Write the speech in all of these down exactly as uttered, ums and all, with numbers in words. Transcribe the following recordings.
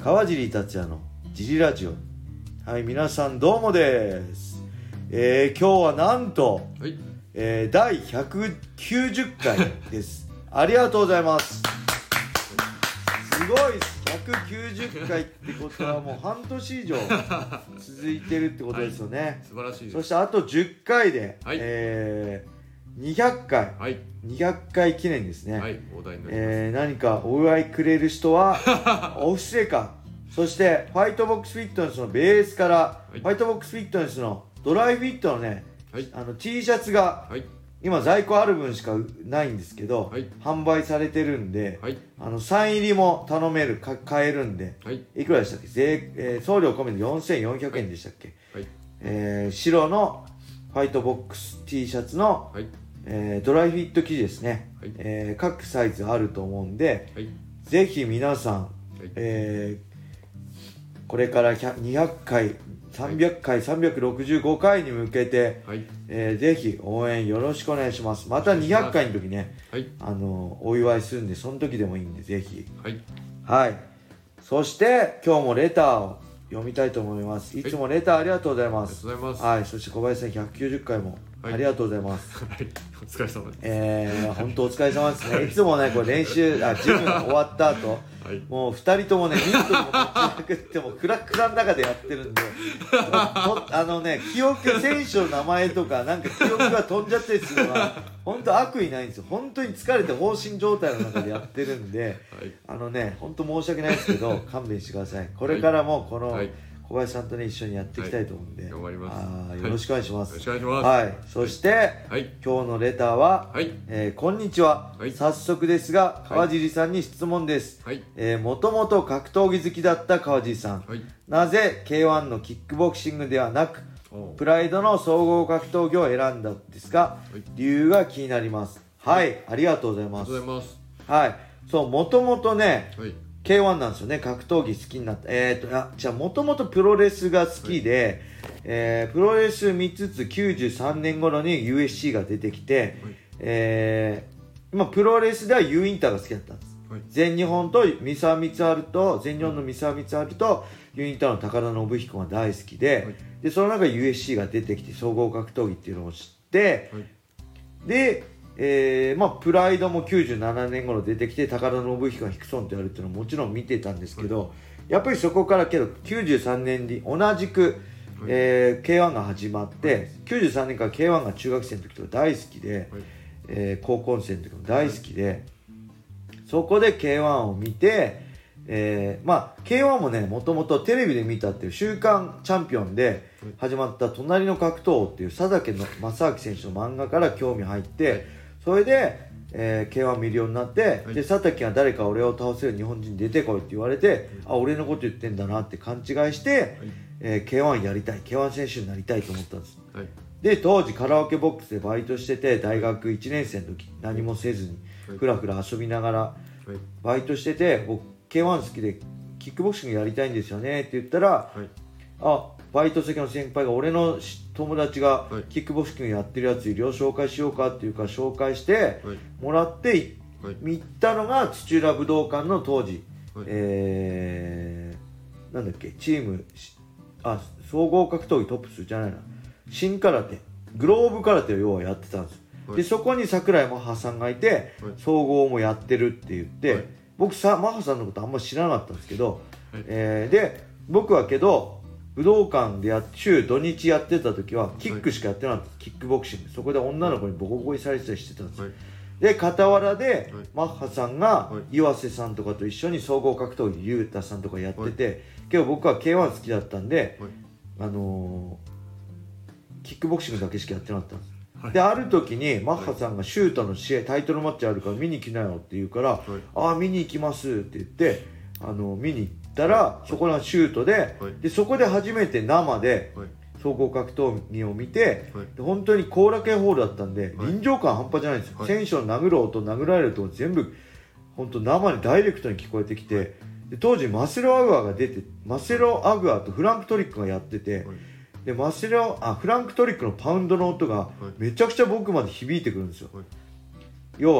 川尻達也のジリラジオ。はい、皆さんどうもです、えー、今日はなんと、はい、えー、だいひゃくきゅうじゅっかいですありがとうございます。すごいです。ひゃくきゅうじゅっかいってことはもう半年以上続いてるってことですよね、はい、 素晴らしいです。 そしてあとじゅっかいで、はい、えー、にひゃっかい、はい、にひゃっかい記念ですね、 はい、大台になります。 えー、何かお祝いくれる人はお布施かそしてファイトボックスフィットネスのベースから、はい、ファイトボックスフィットネスのドライフィットのね、はい、あの T シャツが、はい、今在庫ある分しかないんですけど、はい、販売されてるんで、はい、あのサイン入りも頼めるか買えるんで、はい、いくらでしたっけ、税、えー、送料込みでよんせんよんひゃくえんでしたっけ、はい、えー、白のファイトボックス T シャツの、はい、えー、ドライフィット生地ですね、はい、えー、各サイズあると思うんで、はい、ぜひ皆さん、はい、えーこれからにひゃっかい、さんびゃっかい、さんびゃくろくじゅうごかいに向けて、はい、えー、ぜひ応援よろしくお願いします。またにひゃっかいの時ね、はい、あのお祝いするんで、その時でもいいんでぜひ、はい、はい、そして今日もレターを読みたいと思います。いつもレターありがとうございます。 はい、ありがとうございます。 はい、そして小林さんひゃくきゅうじゅっかいもありがとうございます。 はい、お疲れ様です。 えー、本当お疲れ様ですね。いつもね、これ練習、あ、ジムが終わった後、はい、もうふたりともね、ミットにも立ちなくってもクラクラの中でやってるんで、あのね、記憶、選手の名前とか、なんか記憶が飛んじゃったりするのは、本当悪意ないんですよ。本当に疲れて放心状態の中でやってるんで、はい、あのね、本当申し訳ないですけど、勘弁してください。これからもこの、はい、小林さんとね一緒にやっていきたいと思うんで、はい、 頑張ります。 あよろしくお願いします。 はい、よろしくお願いします。 はい、そして、はい、今日のレターは、はい、えー、こんにちは、はい、早速ですが川尻さんに質問です。はい、えー、もともと格闘技好きだった川尻さん、はい、なぜ ケーワン のキックボクシングではなくプライドの総合格闘技を選んだんですが、はい、理由が気になります。はい、はい、ありがとうございます。 ありがとうございます。 はい、そう、もともとね、はい、ケーワン なんですよね。格闘技好きになった。えーと、あ、じゃあもともとプロレスが好きで、はい、えー、プロレス見つつきゅうじゅうさんねん頃に ユーエフシー が出てきて、はい、えー、今プロレスではユーインターが好きだったんです。はい、全日本と三沢光晴と、全日本の三沢光晴とユーインターの高田信彦が大好きで、はい、で、その中 ユーエフシー が出てきて総合格闘技っていうのを知って、はい、で、えーまあ、プライドもきゅうじゅうななねん頃出てきて高田信彦がヒクソンとやるっていうのはもちろん見てたんですけど、はい、やっぱりそこからけどきゅうじゅうさんねんに同じく、はい、えー、ケーワン が始まって、はい、きゅうじゅうさんねんから ケーワン が中学生の時とか大好きで、はい、えー、高校生の時も大好きで、はい、そこで ケーワン を見て、えー、まあ ケーワン もねもともとテレビで見たっていう週刊チャンピオンで始まった隣の格闘王っていう佐竹の正明選手の漫画から興味入って、はい、それで、えー、ケーワン 見るようになって、はい、で佐竹が誰か俺を倒せる日本人出てこいって言われて、はい、あ、俺のこと言ってんだなって勘違いして、はい、えー、ケーワン やりたい ケーワン 選手になりたいと思ったんです。はい、で当時カラオケボックスでバイトしてて大学いちねん生の時何もせずにふらふら遊びながらバイトしてて、僕 ケーワン 好きでキックボクシングやりたいんですよねって言ったら、はい、あ、バイト先の先輩が俺の友達がキックボクシングやってるやついるよ紹介しようかっていうから紹介してもらって行ったのが土浦武道館の当時、はい、えー、なんだっけチーム、あ、総合格闘技トップスじゃないな、新空手、グローブ空手を要はやってたんです。はい、でそこに櫻井マッハさんがいて、はい、総合もやってるって言って、はい、僕さマッハさんのことあんまり知らなかったんですけど、はい、えー、で僕はけど武道館でや週土日やってた時はキックしかやってなかった、はい、キックボクシング、そこで女の子にボコボコにされてたりしてたんです、はい、で傍らで、はい、マッハさんが、はい、岩瀬さんとかと一緒に総合格闘技雄太さんとかやってて、はい、けど僕は ケーワン 好きだったんで、はい、あのー、キックボクシングだけしかやってなかったんです。はい、である時にマッハさんがシュートの試合タイトルマッチあるから見に来なよって言うから、はい、ああ見に行きますって言ってあの見に行ったら、はい、そこがシュートで、はい、でそこで初めて生で、はい、総合格闘技を見て、はい、で本当に後楽園ホールだったんで、はい、臨場感半端じゃないんですよ、はい、選手の殴る音殴られる音全部本当生にダイレクトに聞こえてきて、はい、で当時マセロ・アグアが出てマセロ・アグアとフランク・トリックがやってて、はい、でマセロあフランクトリックのパウンドの音がめちゃくちゃ僕まで響いてくるんですよ、はい、要は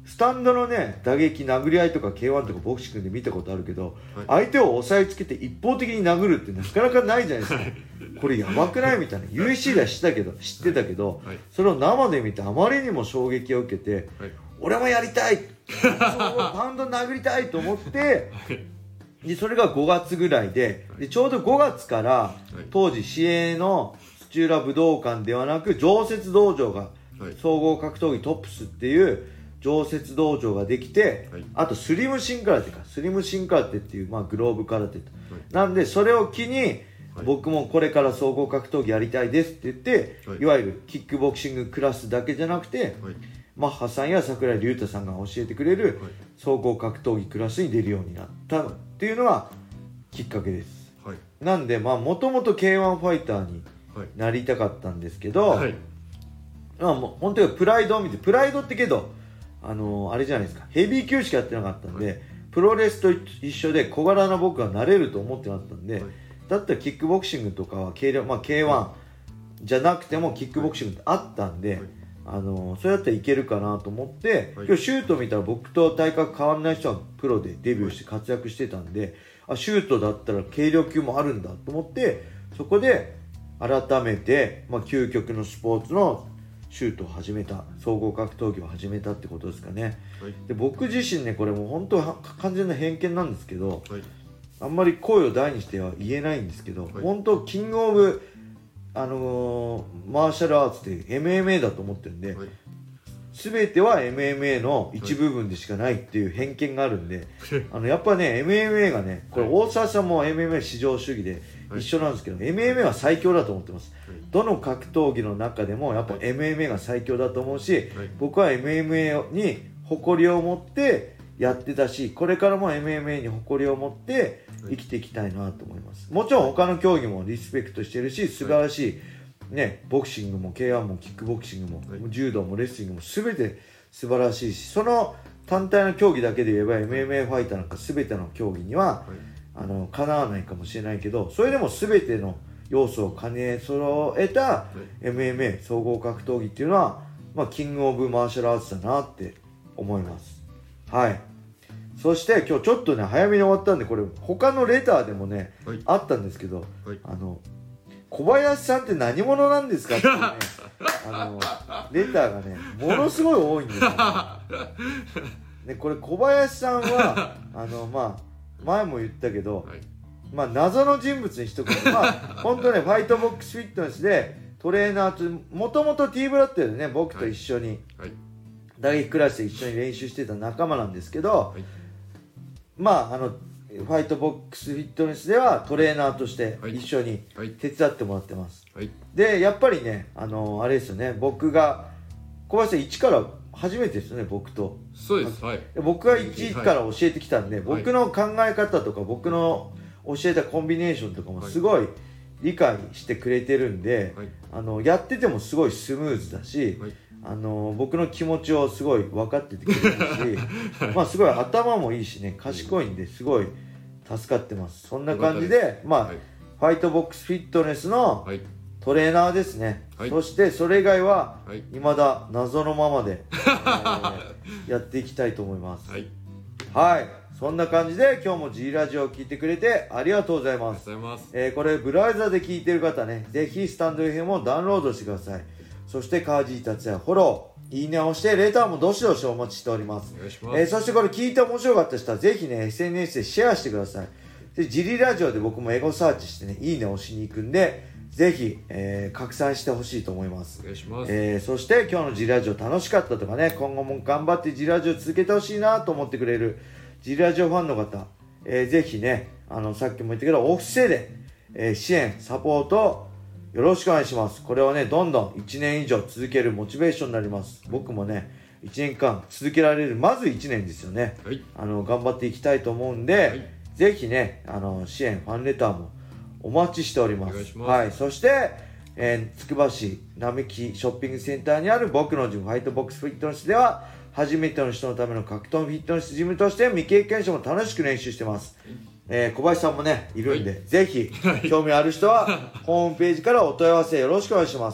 スタンドのね打撃殴り合いとか ケーワン とかボクシングで見たことあるけど、 はい、 相手を押さえつけて一方的に殴るってなかなかないじゃないですかこれやばくないみたいなユーエフシー では知ったけど知ってたけど、はいはい、それを生で見てあまりにも衝撃を受けて、はい、俺もやりたいパウンド殴りたいと思って、はいでそれがごがつぐらい で, でちょうどごがつから、はい、当時市営の土浦武道館ではなく常設道場が、はい、総合格闘技トップスっていう常設道場ができて、はい、あとスリムシン空手かスリムシン空手っていう、まあ、グローブ空手と、はい、なんでそれを機に、はい、僕もこれから総合格闘技やりたいですって言って、はい、いわゆるキックボクシングクラスだけじゃなくて、はい、マッハさんや櫻井隆太さんが教えてくれる総合格闘技クラスに出るようになったっていうのがきっかけです、はい、なんでまあもともと ケーワン ファイターになりたかったんですけど、はい、まあもう本当にプライドを見てプライドってけどあのー、あれじゃないですかヘビー級しかやってなかったんで、はい、プロレスと一緒で小柄な僕がなれると思ってなかったんで、はい、だったらキックボクシングとかは軽量、まあ、ケーワン じゃなくてもキックボクシングってあったんで、はいはいあのー、それだったらいけるかなと思って、はい、今日シュート見たら僕と体格変わんない人はプロでデビューして活躍してたんで、はい、あシュートだったら軽量級もあるんだと思ってそこで改めて、まあ、究極のスポーツのシュートを始めた総合格闘技を始めたってことですかね、はい、で僕自身ねこれもう本当は完全な偏見なんですけど、はい、あんまり声を大にしては言えないんですけど、はい、本当キングオブあのー、マーシャルアーツって エムエムエー だと思ってるんで、はい、全ては エムエムエー の一部分でしかないっていう偏見があるんで、はい、あのやっぱね エムエムエー がねこれ大沢さんも エムエムエー 至上主義で一緒なんですけど、はい、エムエムエー は最強だと思ってます、はい、どの格闘技の中でもやっぱ エムエムエー が最強だと思うし、はい、僕は エムエムエー に誇りを持ってやってたしこれからも エムエムエー に誇りを持って生きていきたいなと思います。もちろん他の競技もリスペクトしてるし素晴らしい、ね、ボクシングも ケーワン もキックボクシングも、はい、柔道もレスリングも全て素晴らしいしその単体の競技だけで言えば エムエムエー ファイターなんか全ての競技には、はい、あのかなわないかもしれないけどそれでも全ての要素を兼ね揃えた、はい、エムエムエー 総合格闘技っていうのは、まあ、キングオブマーシャルアーツだなって思いますはいそして今日ちょっとね早めに終わったんでこれ他のレターでもね、はい、あったんですけど、はい、あの小林さんって何者なんですかっていうねあのレターがねものすごい多いんですよ、ねね、これ小林さんはあのまあ前も言ったけど、はい、まあ謎の人物にしとくとまあ本当ねファイトボックスフィットネスでトレーナーともともと T ブラッドでね僕と一緒に、はいはい、打撃クラスで一緒に練習してた仲間なんですけど、はいまああのファイトボックスフィットネスではトレーナーとして一緒に手伝ってもらってます、はいはい、でやっぱりねあのあれですよね僕が小林さんいちから初めてですよね僕とそうです、はい、 僕がいちから教えてきたんで、はい、僕の考え方とか僕の教えたコンビネーションとかもすごい理解してくれてるんで、はい、あのやっててもすごいスムーズだし、はいあの僕の気持ちをすごい分かっててくれるし、はい、まあすごい頭もいいしね賢いんですごい助かってますそんな感じでまあ、はい、ファイトボックスフィットネスのトレーナーですね、はい、そしてそれ以外は未だ謎のままで、はいえー、やっていきたいと思いますはい、はい、そんな感じで今日も G ラジオを聞いてくれてありがとうございます、えー、これブラウザで聞いてる方ねぜひスタンド エフエム をダウンロードしてくださいそして川地達也フォロー、いいねをして、レターもどしどしお待ちしております。お願いします。えー、そしてこれ聞いて面白かった人はぜひね、エスエヌエス でシェアしてください。で、ジリラジオで僕もエゴサーチしてね、いいねを押しに行くんで、ぜひ、えー、拡散してほしいと思います。 お願いします。 えー、そして今日のジリラジオ楽しかったとかね、今後も頑張ってジリラジオ続けてほしいなと思ってくれるジリラジオファンの方、えー、ぜひね、あの、さっきも言ったけど、オフセで、えー、支援、サポート、よろしくお願いします。これをね、どんどんいちねん以上続けるモチベーションになります。僕もね、いちねんかん続けられる、まずいちねんですよね。はい、あの、頑張っていきたいと思うんで、はい、ぜひね、あの、支援、ファンレターもお待ちしております。お願いします。はい。そして、えー、つくば市並木ショッピングセンターにある僕のジム、ファイトボックスフィットネスでは、初めての人のための格闘フィットネスジムとして未経験者も楽しく練習してます。はいえー、小林さんもねいるんで、はい、ぜひ、はい、興味ある人はホームページからお問い合わせよろしくお願いします。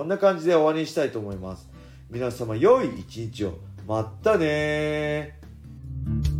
お願いします。 はい、それでは今日はこんな感じで終わりにしたいと思います。皆様良い一日を。 まったねー。